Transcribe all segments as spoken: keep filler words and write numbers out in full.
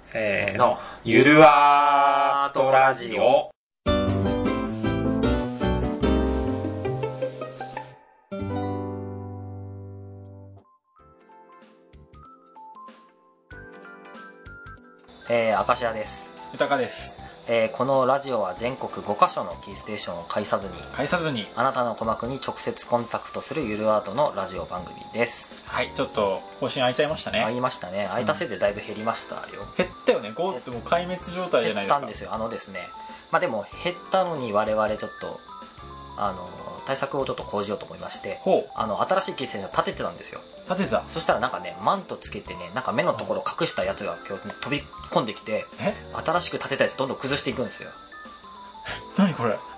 せーの、ゆるアートラジオ。 えー、明石家です。 豊です。 えー、このラジオは全国ごカ所のキーステーションを介さずに介さずにあなたの鼓膜に直接コンタクトするゆるアートのラジオ番組です。 はい、ちょっと更新空いちゃいましたね。 空いましたね。空いたせいでだいぶ減りましたよ。 減ったよね。ごってもう壊滅状態じゃないですか。 減ったんですよ。あのですね、まあでも減ったのに我々ちょっとあの対策をちょっと講じようと思いまして、 ほう、 あの新しいキーステーション立ててたんですよ。 立てた。 そしたらなんかね、マントつけてね、なんか目のところ隠したやつが今日飛び込んできて、 え新しく立てたやつどんどん崩していくんですよ。 何これ。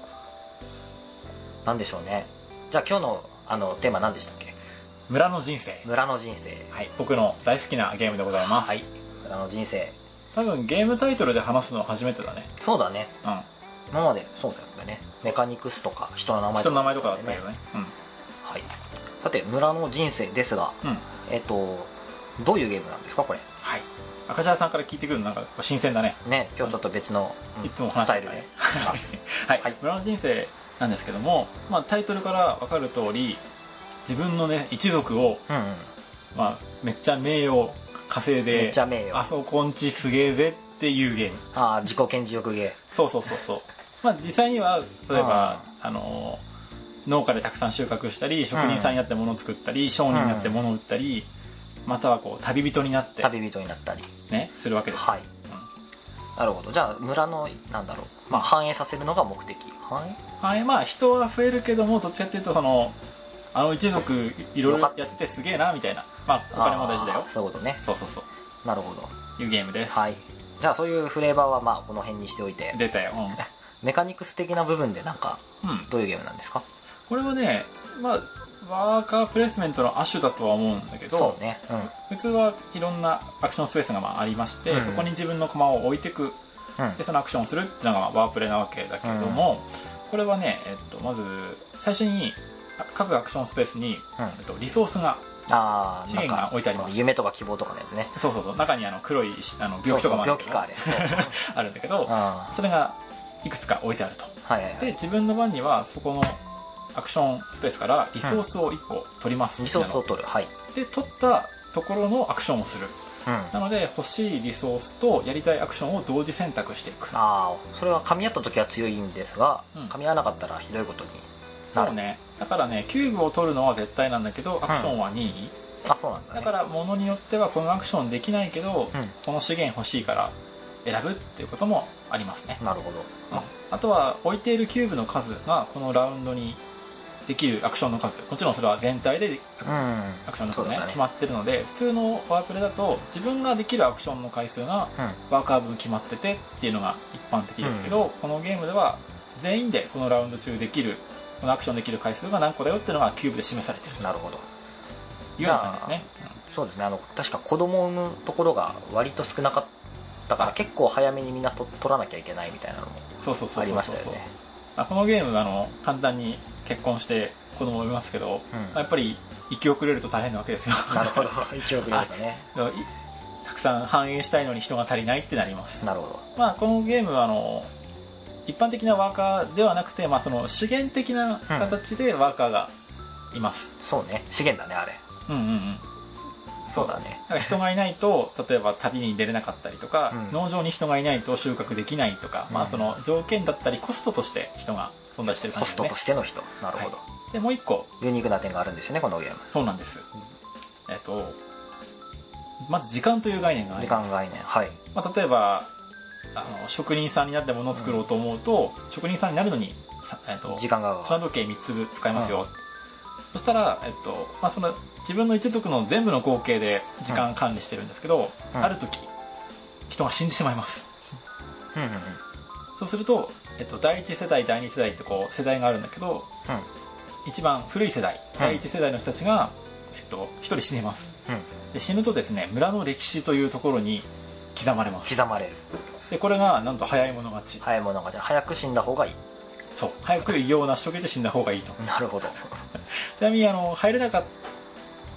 なんでしょうね。じゃあ今日のあのテーマ何でしたっけ？ 村の人生。 村の人生。 はい、僕の大好きなゲームでございます。 はい、村の人生。 多分ゲームタイトルで話すのは初めてだね。 そうだね。 うん。 今までそうだよね。メカニクスとか人の名前人とか、 の名前とかだったけどね。うん。 はい。さて村の人生ですが、 うん。 えっとどういうゲームなんですかこれ？ はい。赤澤さんから聞いてくるのなんか新鮮だね。 ね、今日ちょっと別の、うん、 いつも話スタイルでいます。 はい、 はい、 村の人生なんですけども、まあ、タイトルから分かる通り自分のね一族を、 うんうん、 まあ、めっちゃ名誉稼いでめっちゃ名誉、 あそこんちすげえぜっていうゲーム。 ああ、自己顕示欲ゲー。 そうそうそうそう。まあ実際には例えばあの農家でたくさん収穫したり、職人さんになって物を作ったり、商人になって物を売ったり、またはこう旅人になって旅人になったりねするわけです。 はい、うん、なるほど。じゃあ村のなんだろう、まあ、繁栄させるのが目的。繁栄、 はい、まあ人は増えるけども、どっちかっていうとそのあの一族いろいろやっててすげえなみたいな、まあお金も大事だよ。 そういうことね。 そうそうそう。 なるほど。 いうゲームです。 はい。じゃあそういうフレーバーはまあこの辺にしておいて。 出たよ。うん、 メカニクス的な部分でなんか、 うん、 どういうゲームなんですか？ これはね、まあワーカープレイスメントの亜種だとは思うんだけど、 そうね、うん、 普通はいろんなアクションスペースがまあありまして、うん、そこに自分の駒を置いていく、うん、でそのアクションをするっていうのがワープレイなわけだけれども、うん、これはね、えっと、まず最初に各アクションスペースに、うん、えっと、リソースがあ資源が置いてあります。 夢とか希望とかのやつね。 そうそうそう。中にあの黒いあの病気とかもあるんだけど、 そうそう病気かあれあるんだけど、それがいくつか置いてあると。 はいはいはい、 で自分の番にはそこのアクションスペースからリソースをいっこ取ります。 うん、リソースを取る。はい。 で取ったところのアクションをする。うん、なので欲しいリソースとやりたいアクションを同時選択していく。 ああ、それは噛み合った時は強いんですが、うん、噛み合わなかったらひどいことになる。 そうね。だからね、キューブを取るのは絶対なんだけど、アクションはにい。 うん、あ、そうなんだね。 だから物によってはこのアクションできないけど、うん、この資源欲しいから選ぶっていうこともありますね。 なるほど。 うん、あとは置いているキューブの数がこのラウンドにできるアクションの数、もちろんそれは全体でアクションの数ね、うん、決まってるので、普通のワープレだと自分ができるアクションの回数がワーカー分決まっててっていうのが一般的ですけど、うん、このゲームでは全員でこのラウンド中できるこのアクションできる回数が何個だよっていうのがキューブで示されてる。 なるほど。 いうような感じですね。 うん、そうですね。あの確か子供を産むところが割と少なかったから結構早めにみんなと取らなきゃいけないみたいなのもありましたよね。 このゲームあの簡単に結婚して子供を産みますけど、うん、やっぱり生き遅れると大変なわけですよ。 なるほど。生き遅れるとね。 たくさん反映したいのに人が足りないってなります。 なるほど。 まあこのゲームはあの一般的なワーカーではなくて、まあ、その資源的な形でワーカーがいます。 うん、そうね。資源だねあれ。 うんうんうん。 そうだね。 だから人がいないと例えば旅に出れなかったりとか、うん、農場に人がいないと収穫できないとか、うん、まあその条件だったりコストとして人が存在してる感じですね。 コストとしての人。なるほど。はい、 でもう一個ユニークな点があるんですよねこのゲーム。 そうなんです。うん、えっとまず時間という概念があります。 時間概念。はい。 まあ、例えばあの職人さんになって物を作ろうと思うと、うん、職人さんになるのに、えっと、 時間が砂時計みっつ使いますよ。うん、そしたら、えっとまあ、その自分の一族の全部の合計で時間管理してるんですけど、うん、ある時人が死んでしまいます。 うんうんうん、 そうすると、えっと、だいいち世代だいに世代ってこう世代があるんだけど、うん、一番古い世代だいいち世代の人たちが、えっと、ひとり死にます。うん、で死ぬとですね、村の歴史というところに刻まれます。 刻まれる。 でこれがなんと早い者勝ち。 早い者勝ち。早く死んだ方がいい。 そう、早く偉業を成し遂げて死んだ方がいいと。 なるほど。 ちなみにあの入れなかっ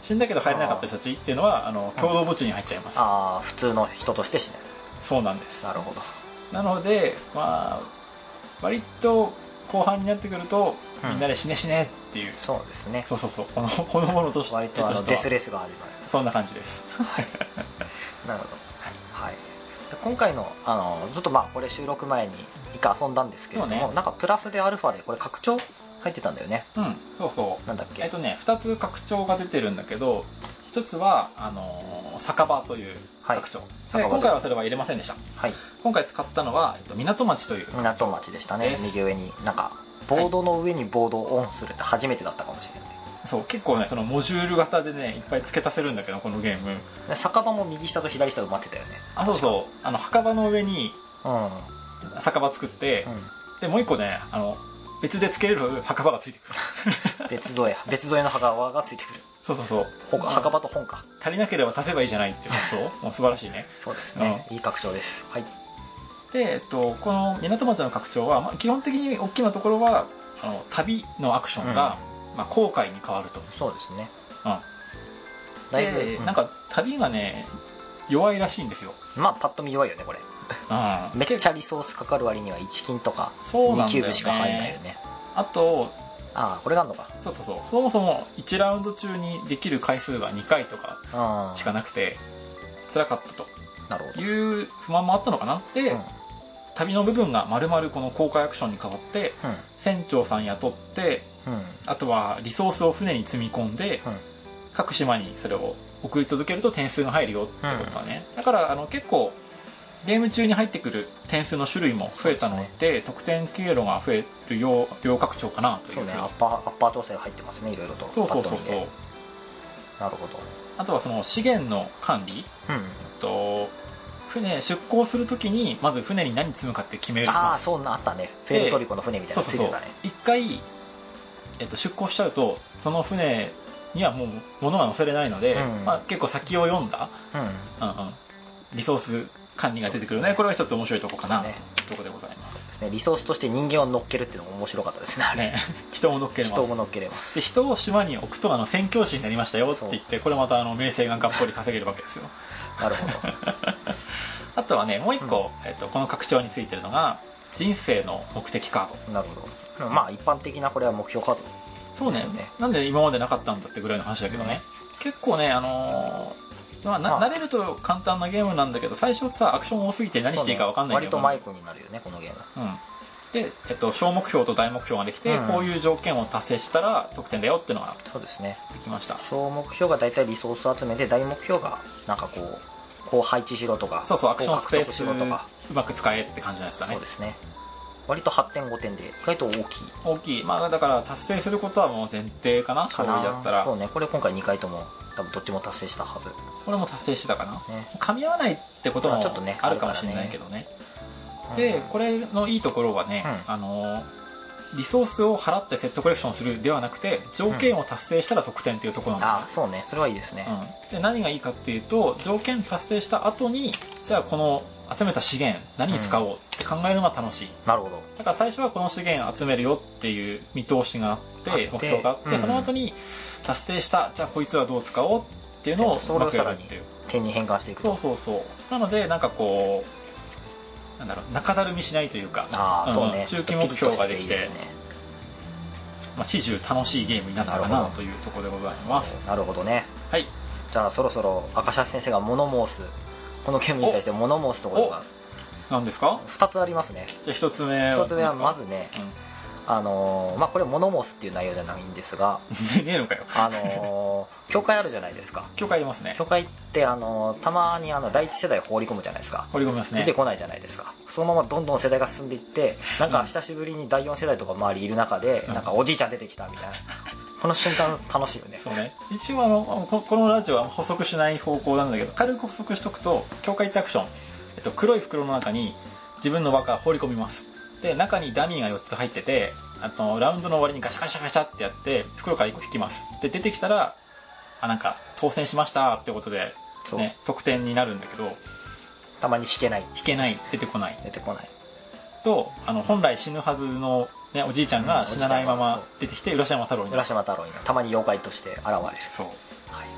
死んだけど入れなかった人たちっていうのはあの共同墓地に入っちゃいます。 ああ、普通の人として死ねる。 そうなんです。 なるほど。 なのでまあ割と後半になってくると、うん、みんなで死ね死ねっていう。 そうですね。 そうそうそう。この子供の年割とあのデスレースが始まる。 そんな感じです。 なるほど。はい。今回のあのずっとまあこれ収録前に一回遊んだんですけれども、ね、なんかプラスでアルファでこれ拡張入ってたんだよね。 うん、そうそう。 なんだっけ。 えっとね、ふたつ拡張が出てるんだけど、ひとつはあの酒場という拡張、はい、で今回はそれは入れませんでした。はい。今回使ったのは、えっと、港町という港町でしたね。右上になんかボードの上にボードをオンするって初めてだったかもしれない。 そう結構ねそのモジュール型でねいっぱい付け足せるんだけどこのゲーム。 酒場も右下と左下埋まってたよね。 あ、そうそう。あの墓場の上に酒場作って、うん、でもう一個ねあの別で付けれる墓場がついてくる。別添え別添えの墓場がついてくる。 そうそうそう。 墓場と本か。 足りなければ足せばいいじゃないっていう発想もう素晴らしいね。 そうですね、うん、いい拡張です。はい。 で、えっと、この港町の拡張は、まあ、基本的に大きなところはあの旅のアクションが、うんまあ、航海に変わると。 そうですね。 うん。で、うん、なんか旅がね弱いらしいんですよ。 まあパッと見弱いよねこれ。うん、めっちゃリソースかかる割にはいち金とかにキューブしか入んないよね。 あとああこれがあるのか。 そうそうそう。そもそもいちラウンド中にできる回数がにかいとかしかなくて辛かったと。 なるほど。 いう不満もあったのかな。で、うん、旅の部分が丸々この航海アクションに変わって、うん、船長さん雇って、うん、あとはリソースを船に積み込んで、うん、各島にそれを送り届けると点数が入るよってことだね。うん、だからあの結構ゲーム中に入ってくる点数の種類も増えたの で, で、ね、得点経路が増えるよう両拡張かなという。 そうね、アッパーアッパー調整が入ってますね、いろいろと。 そうそうそうそう。 なるほど。 あとはその資源の管理、うん、えっと船出港するときにまず船に何積むかって決める。 ああ、そんなあったね。フェルトリコの船みたいなのついてたね。 一回、えっと、出港しちゃうとその船にはもう物が載せれないので、うんまあ、結構先を読んだ、うんうんうん、リソース管理が出てくるね。これは一つ面白いとこかな、ね、ところでございます。 そうですね。リソースとして人間を乗っけるっていうのも面白かったですね。 ね人も乗っけれます。 人も乗っけれます。 で人を島に置くとあの宣教師になりましたよって言って、これまたあの名声ががっぽり稼げるわけですよ。 なるほど。 あとはねもう一個、うんえっと、この拡張についてるのが人生の目的カード。 なるほど。まあ一般的なこれは目標カード、ね、 そうね。なんで今までなかったんだってぐらいの話だけどね、うん、結構ねあのーまあ、な慣れると簡単なゲームなんだけど最初さアクション多すぎて何していいか分かんないけど、ね、割と迷子になるよねこのゲーム、 うん、で、えっと、小目標と大目標ができて、うん、こういう条件を達成したら得点だよっていうのがそうですねできました。 小目標がだいたいリソース集めで大目標がなんかこうこう配置しろとかそうそうアクションスペースうまく使えって感じなんですかね。 そうですね。割とはってんごてんで意外と大きい大きい。まあだから達成することはもう前提かな勝利だったら。 そうね。これ今回にかいとも多分どっちも達成したはず。 これも達成してたかな、ね、噛み合わないってこともあるかもしれないけどね、うん、でこれのいいところはね、うん、あのリソースを払ってセットコレクションするではなくて条件を達成したら得点っていうところなんだ、ねうん、あそうね。それはいいですね、 うん、で何がいいかっていうと条件達成した後にじゃあこの集めた資源何に使おうって考えるのが楽しい、うん、 なるほど。 だから最初はこの資源集めるよっていう見通しがあって目標があって、うん、その後に達成したじゃあこいつはどう使おうっていうのをそれをさらに点に変換していくと。 そうそうそう。なのでなんかこうなんだろう中だるみしないというか、 あ、うん、そうね、 中期目標ができて、いいですね。まあ、始終楽しいゲームになったかなというところでございます。 なるほどね。 はい。 じゃあそろそろ赤シャ先生が物申すこのゲームに対して物申すところが何ですか。 ふたつありますね。 じゃあひとつめひとつめはまずね、うんあのー、まあこれ物申すっていう内容じゃないんですがねえのかよあのー、教会あるじゃないですか。 教会ありますね。 教会ってあのー、たまにあの第一世代放り込むじゃないですか。 放り込みますね。 出てこないじゃないですか。そのままどんどん世代が進んでいってなんか久しぶりにだいよん世代とか周りいる中で、うん、なんかおじいちゃん出てきたみたいなこの瞬間楽しいよね。 そうね。一応あの こ, このラジオは補足しない方向なんだけど軽く補足しとくと教会ってアクション、えっと、黒い袋の中に自分の輪から放り込みます。で中にダミーがよっつ入っててあとラウンドの終わりにガシャガシャガシャってやって袋からいっこ引きます。で出てきたらあなんか当選しましたってことで、ね、得点になるんだけどたまに引けない引けない出てこない出てこないとあの本来死ぬはずの、ね、おじいちゃんが死なないまま出てきて浦島太郎に浦島太郎にたまに妖怪として現れる。 そう、 はい、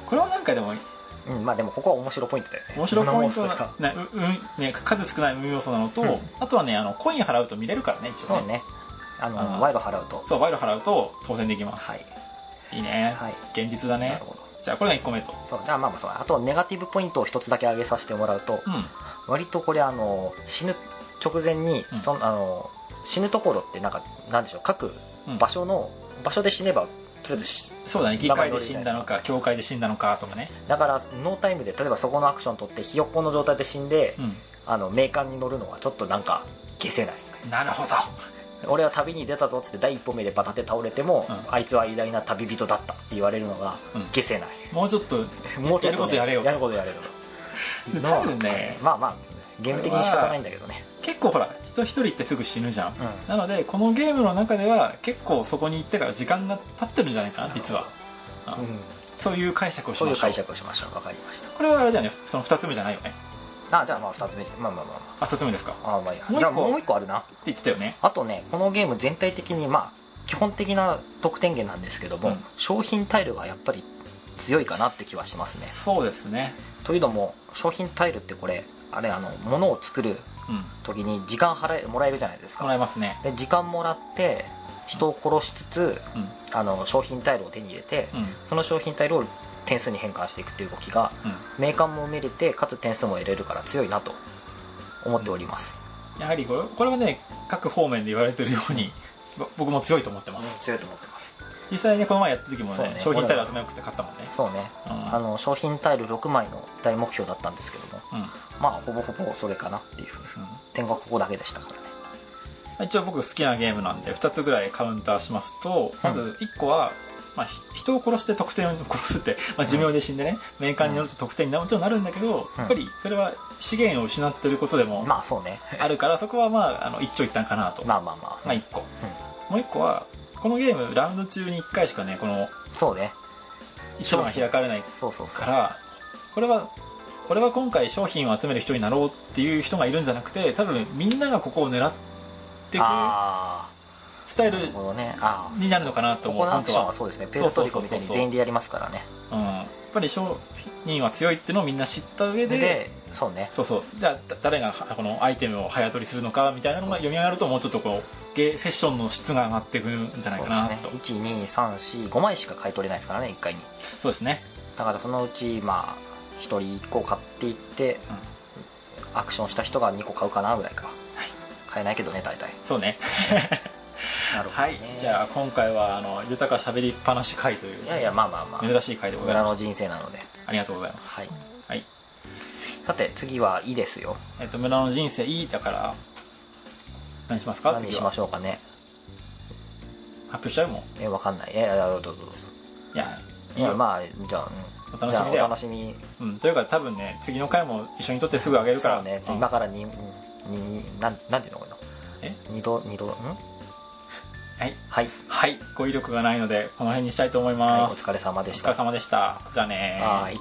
これはなんかでも、 うん、まあでもここは面白ポイントだよね。 面白ポイントな、ねううんね、数少ない運要素なのと、うん、あとはねあのコイン払うと見れるからね一応ね。 そうね。あの賄賂払うと。 そう賄賂払うと当選できます。 はい。 いいね。はい。現実だね。なるほど。じゃあこれがいっこめと。 そう。じゃあまあまあそう。あとネガティブポイントを一つだけ挙げさせてもらうと、うん、割とこれあの死ぬ直前に、うん、そのあの死ぬところってなんかなんでしょう各場所の、うん、場所で死ねばとりあえずそうだね議会で死んだのか教会で死んだのかとかね。 だからノータイムで例えばそこのアクション取ってひよっこの状態で死んで、うん、あの名鑑に乗るのはちょっとなんか消せない。 なるほど。 俺は旅に出たぞっつって第一歩目でバタって倒れても、うん、あいつは偉大な旅人だったって言われるのが消せない、 うん、もうちょっともうちょっと、ね、やることやれよやることやれよ多分ねまあまあゲーム的に仕方ないんだけどね。 結構ほら人一人ってすぐ死ぬじゃん、うん、なのでこのゲームの中では結構そこに行ってから時間が経ってるんじゃないかな実は、うん、そういう解釈をしましょう。 そういう解釈をしましょう。わかりました。 これはあれだよねそのふたつめじゃないよね。 あじゃあまあふたつめまあまあまああふたつめですか。 あまあいいや。じゃあもういっこあるなって言ってたよね。 あとねこのゲーム全体的にまあ基本的な得点源なんですけども、うん、商品タイルがやっぱり強いかなって気はしますね。 そうですね。 というのも商品タイルってこれあれあの物を作る時に時間払えもらえるじゃないですか。 もらえますね。 で時間もらって人を殺しつつ、うん、あの商品タイルを手に入れて、うん、その商品タイルを点数に変換していくという動きが、うん、名鑑も埋めれてかつ点数も得れるから強いなと思っております、 うん、やはりこれ、これはね各方面で言われてるように、うん、僕も強いと思ってます、 うん、強いと思ってます。 実際にこの前やった時も ね, ね商品タイル集めなくて勝ったもんね。 そうね、うん、あの商品タイルろくまいの大目標だったんですけども、うん、まあほぼほぼそれかなっていうふうに、うん、点がここだけでしたからね。 一応僕好きなゲームなんでふたつぐらいカウンターしますと、まずいっこは、まあ、人を殺して得点を殺すって、まあ、寿命で死んでね、うん、メーカーによると得点にもちろんなるんだけど、うん、やっぱりそれは資源を失ってることでもまあそうねあるからそこはまああの一長一短かなと。 まあまあまあ、 まあいっこ、うん、もういっこはこのゲームラウンド中にいっかいしかねこのそうね一番が開かれないからこれは俺は今回商品を集める人になろうっていう人がいるんじゃなくて多分みんながここを狙っていくスタイルになるのかなと思う。 ここのアクションはそうですねペルトリコみたいに全員でやりますからね。 うん、やっぱり商品は強いっていうのをみんな知った上で、 でそうねそうそうじゃあ誰がこのアイテムを早取りするのかみたいなのが読み上がるともうちょっとこうゲーセッションの質が上がっていくんじゃないかなと。 いちにさんしごまいしか買い取れないですからねいっかいに。 そうですね。 だからそのうちまあひとりいっこ買っていって、うん、アクションした人がにこ買うかなぐらいか、はい、買えないけどね大体。 そうねなるほどね。はい、じゃあ今回はあの豊かしゃべりっぱなし会という、 いやいやまあまあまあ珍しい会でございます。 村の人生なのでありがとうございます。 はい、 はい、 さて次はいいですよ。 えっと村の人生いいだから何しますか。 何しましょうかね。 発表しちゃうもん。 えわかんない。えどうぞどうぞ。 いやいやまあじゃあ、 うん、お楽しみだよ。 お楽しみ。 うん、というか多分ね次の回も一緒に撮ってすぐあげるから。 そうね、うん、今からに、になんなんていうのかな。 え二度二度んはいはいはい、語彙力がないのでこの辺にしたいと思います。 はい、お疲れ様でした。 お疲れ様でした。じゃあねー。 はい。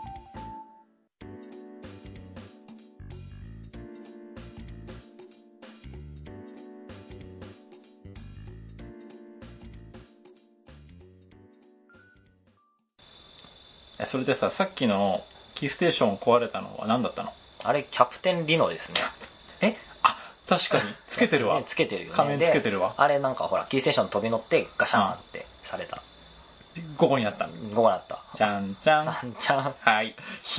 それでささっきのキーステーション壊れたのは何だったの。 あれキャプテンリノですね。 えあ確かにつけてるわ、 ね、つけてるよね。 仮面つけてるわ。 あれなんかほらキーステーション飛び乗ってガシャーンってされた。 ごこになった。 ごこになった。 じゃんじゃんじゃんじゃん。 はい